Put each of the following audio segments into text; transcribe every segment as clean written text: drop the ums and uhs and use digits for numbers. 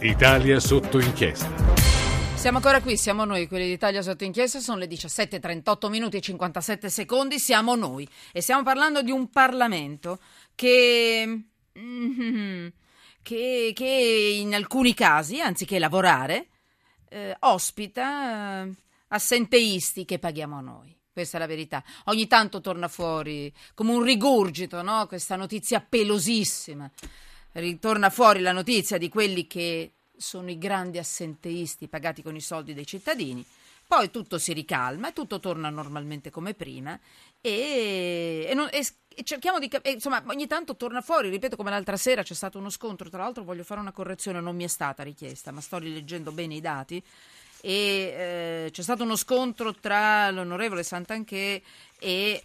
Italia sotto inchiesta. Siamo ancora qui, siamo noi, quelli d'Italia sotto inchiesta, sono le 17:38 minuti e 57 secondi, siamo noi e stiamo parlando di un Parlamento che in alcuni casi, anziché lavorare, ospita assenteisti che paghiamo noi. Questa è la verità. Ogni tanto torna fuori come un rigurgito, no? Questa notizia pelosissima. Ritorna fuori la notizia di quelli che sono i grandi assenteisti pagati con i soldi dei cittadini. Poi tutto si ricalma, tutto torna normalmente come prima e cerchiamo di insomma, ogni tanto torna fuori, ripeto, come l'altra sera c'è stato uno scontro, tra l'altro voglio fare una correzione, non mi è stata richiesta, ma sto rileggendo bene i dati e c'è stato uno scontro tra l'onorevole Santanchè e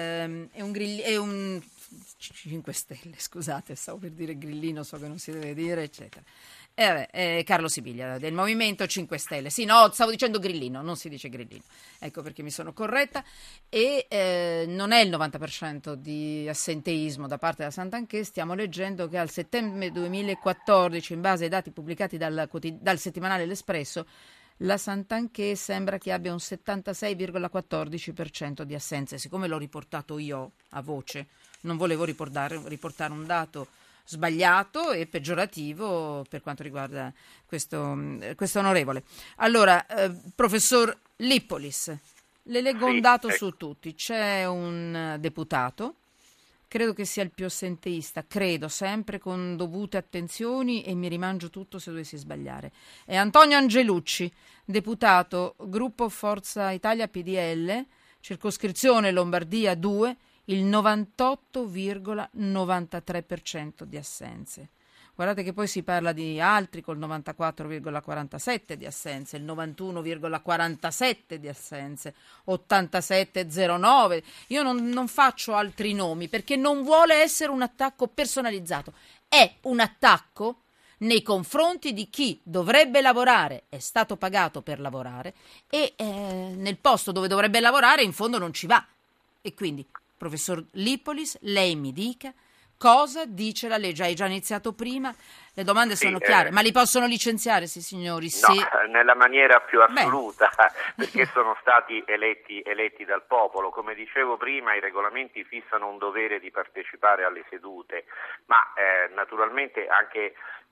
un 5 Stelle, scusate, stavo per dire grillino, so che non si deve dire, eccetera. Carlo Sibiglia del Movimento 5 Stelle. Sì, no, stavo dicendo grillino, non si dice grillino. Ecco perché mi sono corretta. E non è il 90% di assenteismo da parte della Santanchè. Stiamo leggendo che al settembre 2014, in base ai dati pubblicati dal settimanale L'Espresso, la Santanchè sembra che abbia un 76,14% di assenze. Siccome l'ho riportato io a voce, non volevo riportare un dato sbagliato e peggiorativo per quanto riguarda questo onorevole. Allora, professor Lippolis, le leggo un dato su tutti. C'è un deputato, credo che sia il più assenteista, credo, sempre con dovute attenzioni e mi rimangio tutto se dovessi sbagliare. È Antonio Angelucci, deputato, gruppo Forza Italia PDL, circoscrizione Lombardia 2, il 98,93% di assenze. Guardate che poi si parla di altri col 94,47% di assenze, il 91,47% di assenze, 87,09%. Io non faccio altri nomi perché non vuole essere un attacco personalizzato. È un attacco nei confronti di chi dovrebbe lavorare, è stato pagato per lavorare e nel posto dove dovrebbe lavorare in fondo non ci va. E quindi, professor Lippolis, lei mi dica cosa dice la legge. Hai già iniziato prima, le domande sono chiare, ma li possono licenziare, sì signori? No, nella maniera più assoluta, perché sono stati eletti dal popolo. Come dicevo prima, i regolamenti fissano un dovere di partecipare alle sedute, ma naturalmente anche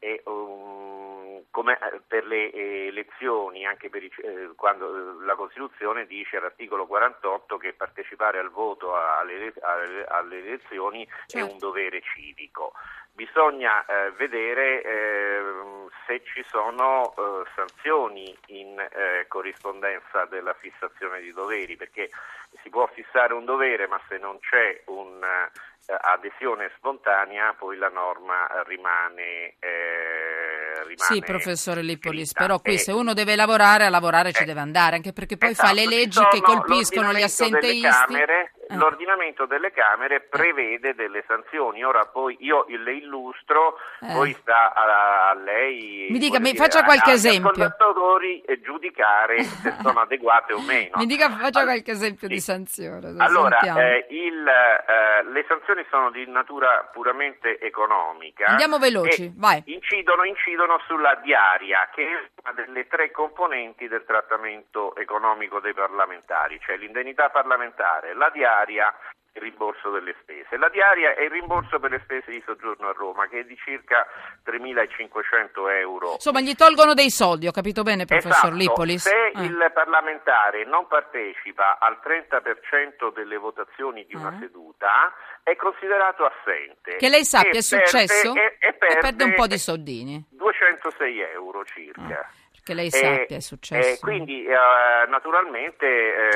come per le elezioni, anche quando la Costituzione dice all'articolo 48 che partecipare al voto alle elezioni è un dovere civico. Bisogna vedere se ci sono sanzioni in corrispondenza della fissazione di doveri, perché si può fissare un dovere, ma se non c'è un'adesione spontanea, poi la norma rimane sì, professore Lippolis, però qui se uno deve lavorare, a lavorare ci deve andare, anche perché poi fa le leggi che colpiscono gli assenteisti. L'ordinamento delle Camere prevede delle sanzioni. Ora poi io le illustro, poi sta a lei. Mi dica, mi faccia qualche esempio. Agli ascoltatori giudicare se sono adeguate o meno. Mi dica, faccia qualche esempio di sanzione. Allora, le sanzioni sono di natura puramente economica. Andiamo veloci, vai. Incidono sulla diaria, che è una delle 3 componenti del trattamento economico dei parlamentari, cioè l'indennità parlamentare, la diaria e il rimborso delle spese. La diaria è il rimborso per le spese di soggiorno a Roma, che è di circa 3.500 euro. Insomma, gli tolgono dei soldi, ho capito bene, professor Lippolis. Se il parlamentare non partecipa al 30% delle votazioni di una seduta, è considerato assente. Che lei sappia, è successo? E perde un po' di soldini. 206 euro circa. Che lei sappia, è successo. Quindi naturalmente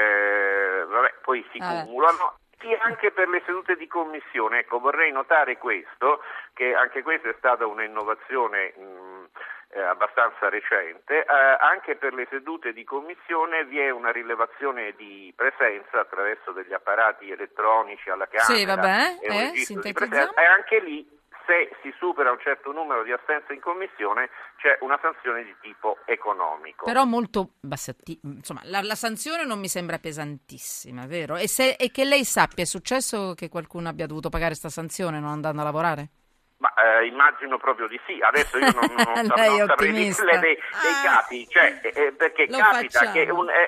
poi si cumulano. Sì, anche per le sedute di commissione. Ecco, vorrei notare questo, che anche questa è stata un'innovazione abbastanza recente. Anche per le sedute di commissione vi è una rilevazione di presenza attraverso degli apparati elettronici alla Camera. Sì, vabbè, e un registro di presenza, e anche lì, se si supera un certo numero di assenze in commissione, c'è una sanzione di tipo economico. Però molto insomma, la sanzione non mi sembra pesantissima, vero? E che lei sappia, è successo che qualcuno abbia dovuto pagare sta sanzione non andando a lavorare? Ma immagino proprio di sì. Adesso io non Lei è saprei ottimista. dirle dei casi, cioè, perché Lo capita facciamo. che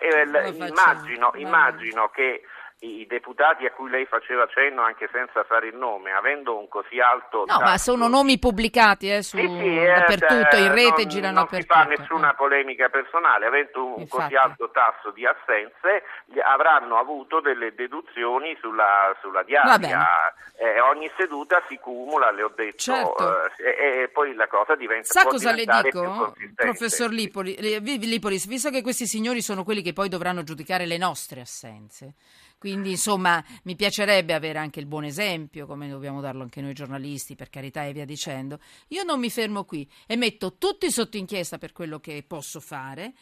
Lo facciamo. immagino che i deputati a cui lei faceva cenno, anche senza fare il nome, avendo un così alto No, ma tasso. sono nomi pubblicati dappertutto, in rete girano non si fa dappertutto. nessuna polemica personale, avendo un così Infatti. alto tasso di assenze, avranno avuto delle deduzioni sulla Va diaria. bene. Ogni seduta si cumula, le ho detto, Certo. e poi la cosa Sa può cosa le diventare più dico, consistente. professor Lipolis, visto che questi signori sono quelli che poi dovranno giudicare le nostre assenze, quindi insomma mi piacerebbe avere anche il buon esempio, come dobbiamo darlo anche noi giornalisti, per carità e via dicendo, io non mi fermo qui e metto tutti sotto inchiesta per quello che posso fare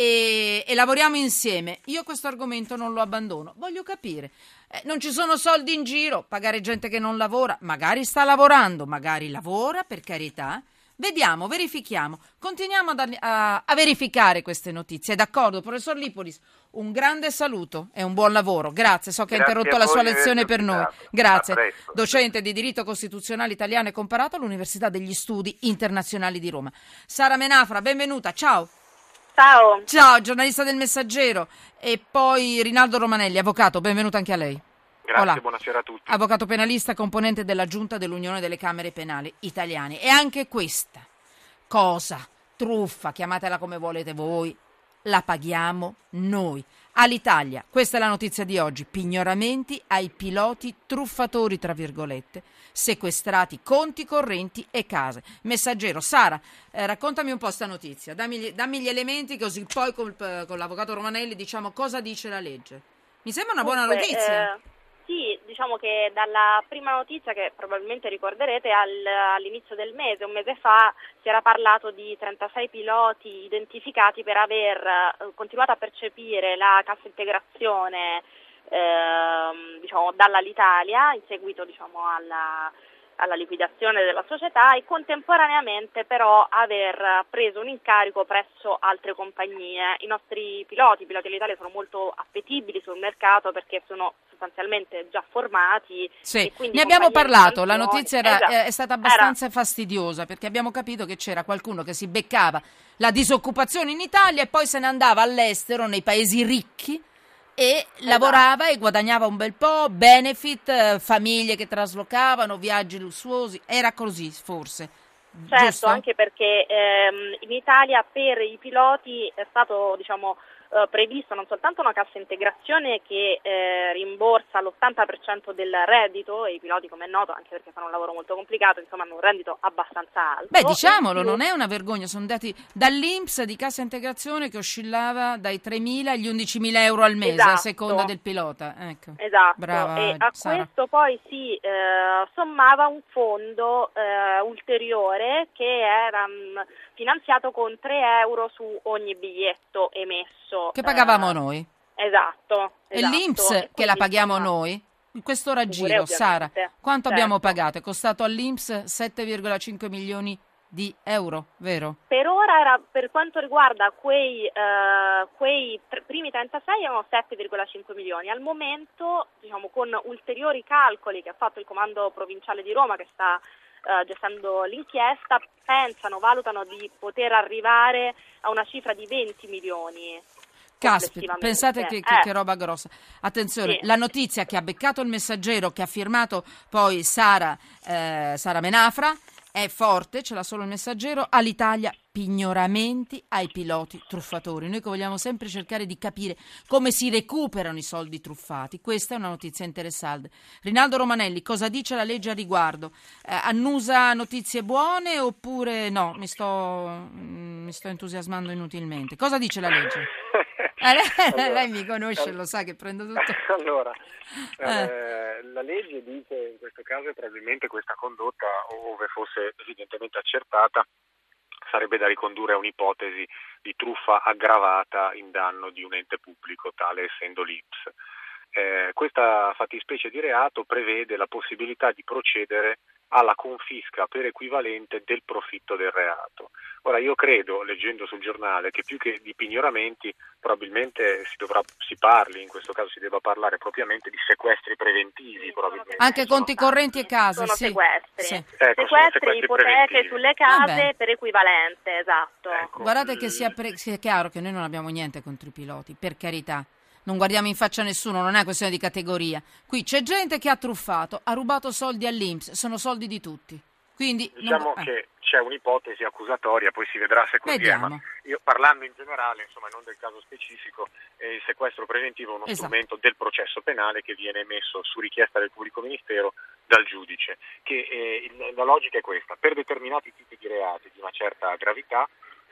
e lavoriamo insieme. Io questo argomento non lo abbandono, voglio capire. Non ci sono soldi in giro, pagare gente che non lavora, magari sta lavorando, magari lavora, per carità. Vediamo, verifichiamo, continuiamo a verificare queste notizie. D'accordo, professor Lipolis, un grande saluto e un buon lavoro. Grazie, so che ha Grazie interrotto a la voi sua di lezione avermi per noi. ospitato. Grazie. A presto. Docente di diritto costituzionale italiano e comparato all'Università degli Studi Internazionali di Roma. Sara Menafra, benvenuta, ciao. Ciao. Ciao, giornalista del Messaggero. E poi Rinaldo Romanelli, avvocato, benvenuto anche a lei. Grazie, Hola. buonasera a tutti. Avvocato penalista, componente della Giunta dell'Unione delle Camere Penali Italiane. E anche questa cosa, truffa, chiamatela come volete voi, la paghiamo noi. All'Italia, questa è la notizia di oggi, pignoramenti ai piloti truffatori, tra virgolette, sequestrati conti correnti e case. Messaggero, Sara, raccontami un po' sta notizia, dammi gli elementi così poi con l'avvocato Romanelli diciamo cosa dice la legge. Mi sembra una buona notizia. Sì, diciamo che dalla prima notizia che probabilmente ricorderete all'inizio del mese, un mese fa, si era parlato di 36 piloti identificati per aver continuato a percepire la cassa integrazione diciamo dall'Alitalia in seguito diciamo alla liquidazione della società e contemporaneamente però aver preso un incarico presso altre compagnie. I nostri piloti dell'Italia sono molto appetibili sul mercato perché sono sostanzialmente già formati. Sì, e quindi ne abbiamo parlato, la sanzioni- notizia è stata abbastanza fastidiosa perché abbiamo capito che c'era qualcuno che si beccava la disoccupazione in Italia e poi se ne andava all'estero nei paesi ricchi e lavorava e guadagnava un bel po', benefit, famiglie che traslocavano, viaggi lussuosi, era così forse, Certo, giusto? anche perché in Italia per i piloti è stato diciamo previsto non soltanto una cassa integrazione che rimborsa l'80% del reddito, e i piloti come è noto, anche perché fanno un lavoro molto complicato, insomma hanno un reddito abbastanza alto. Beh, diciamolo, non è una vergogna, sono dati dall'INPS di cassa integrazione che oscillava dai 3.000 agli 11.000 euro al mese a seconda del pilota. Ecco. Esatto, Brava, e a Sara. questo poi si sommava un fondo ulteriore che era finanziato con 3 euro su ogni biglietto emesso. Che pagavamo noi. Esatto. E l'INPS E che la quindi, paghiamo insomma, noi? In questo raggiro, pure, Sara, ovviamente. quanto Certo. abbiamo pagato? È costato all'INPS 7,5 milioni di euro, vero? Per ora era, per quanto riguarda quei primi 36 erano 7,5 milioni. Al momento, diciamo, con ulteriori calcoli che ha fatto il Comando Provinciale di Roma che sta gestendo l'inchiesta, valutano di poter arrivare a una cifra di 20 milioni. Caspita, pensate che roba grossa. Attenzione, Sì. la notizia che ha beccato il Messaggero, che ha firmato poi Sara Menafra, è forte, ce l'ha solo il Messaggero. All'Italia pignoramenti ai piloti truffatori. Noi che vogliamo sempre cercare di capire come si recuperano i soldi truffati. Questa è una notizia interessante. Rinaldo Romanelli, cosa dice la legge a riguardo? Annusa notizie buone oppure no? Mi sto entusiasmando inutilmente. Cosa dice la legge? Lei mi conosce, lo sa che prendo tutto. Allora, la legge dice in questo caso probabilmente questa condotta, ove fosse evidentemente accertata, sarebbe da ricondurre a un'ipotesi di truffa aggravata in danno di un ente pubblico, tale essendo l'INPS. Questa fattispecie di reato prevede la possibilità di procedere alla confisca per equivalente del profitto del reato. Ora io credo, leggendo sul giornale, che più che di pignoramenti probabilmente si parli, in questo caso si debba parlare propriamente di sequestri preventivi, probabilmente. Anche conti correnti e case, sono sì. sequestri. Sì. Ecco, Sequestri, ipoteche preventivi. sulle case per equivalente, esatto. Ecco. Guardate che sia chiaro che noi non abbiamo niente contro i piloti, per carità. Non guardiamo in faccia a nessuno, non è questione di categoria. Qui c'è gente che ha truffato, ha rubato soldi all'INPS, sono soldi di tutti. Quindi diciamo che c'è un'ipotesi accusatoria, poi si vedrà se così è, ma io parlando in generale, insomma, non del caso specifico, il sequestro preventivo è uno strumento del processo penale che viene emesso su richiesta del pubblico ministero dal giudice, che la logica è questa: per determinati tipi di reati di una certa gravità,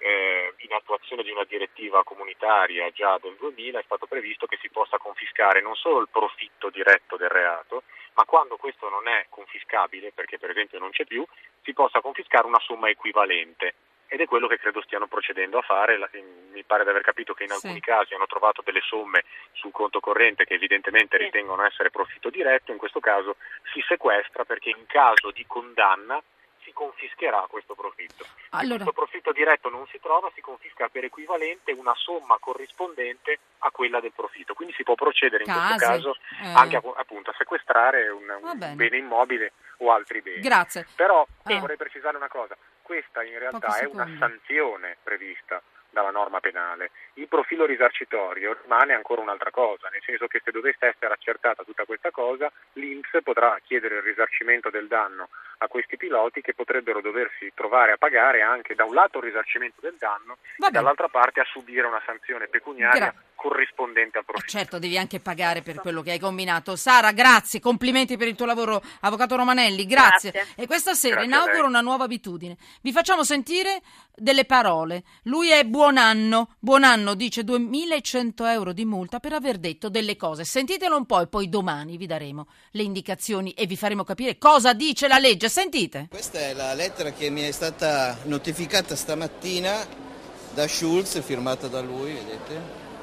in attuazione di una direttiva comunitaria già del 2000 è stato previsto che si possa confiscare non solo il profitto diretto del reato, ma quando questo non è confiscabile, perché per esempio non c'è più, si possa confiscare una somma equivalente. Ed è quello che credo stiano procedendo a fare. Mi pare di aver capito che in alcuni casi hanno trovato delle somme sul conto corrente che evidentemente ritengono essere profitto diretto. In questo caso si sequestra, perché in caso di condanna si confischerà questo profitto. Allora, questo profitto diretto non si trova, si confisca per equivalente una somma corrispondente a quella del profitto. Quindi si può procedere in questo caso anche appunto a sequestrare un bene immobile o altri beni. Grazie. Però vorrei precisare una cosa: questa in realtà è una sanzione prevista dalla norma penale. Il profilo risarcitorio rimane ancora un'altra cosa, nel senso che se dovesse essere accertata tutta questa cosa, l'INPS potrà chiedere il risarcimento del danno a questi piloti, che potrebbero doversi trovare a pagare anche da un lato il risarcimento del danno e dall'altra parte a subire una sanzione pecuniaria corrispondente al profitto. Certo, devi anche pagare per quello che hai combinato. Sara, grazie, complimenti per il tuo lavoro, avvocato Romanelli, grazie. E questa sera inauguro una nuova abitudine. Vi facciamo sentire delle parole. Lui è Buonanno. Buonanno dice 2.100 euro di multa per aver detto delle cose. Sentitelo un po' e poi domani vi daremo le indicazioni e vi faremo capire cosa dice la legge. Sentite. Questa è la lettera che mi è stata notificata stamattina da Schulz, firmata da lui, vedete,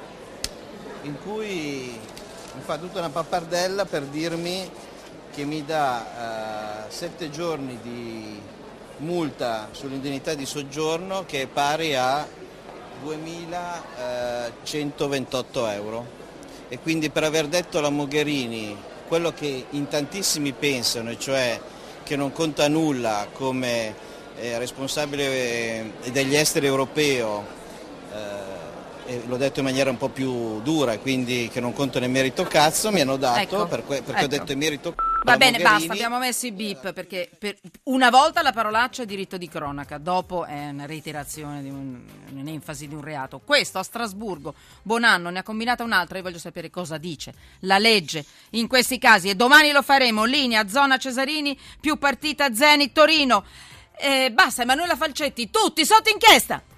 in cui mi fa tutta una pappardella per dirmi che mi dà 7 giorni di multa sull'indennità di soggiorno, che è pari a 2.128 euro. E quindi per aver detto alla Mogherini quello che in tantissimi pensano, e cioè che non conta nulla come responsabile degli esteri europeo, e l'ho detto in maniera un po' più dura, quindi che non conto né merito cazzo, mi hanno dato, perché ho detto merito cazzo. Va bene, basta, abbiamo messo i beep, perché per una volta la parolaccia è diritto di cronaca, dopo è una reiterazione di un'enfasi di un reato. Questo a Strasburgo, Buonanno ne ha combinata un'altra, io voglio sapere cosa dice la legge in questi casi, e domani lo faremo. Linea Zona Cesarini più partita Zenit Torino. Basta, Emanuela Falcetti, tutti sotto inchiesta!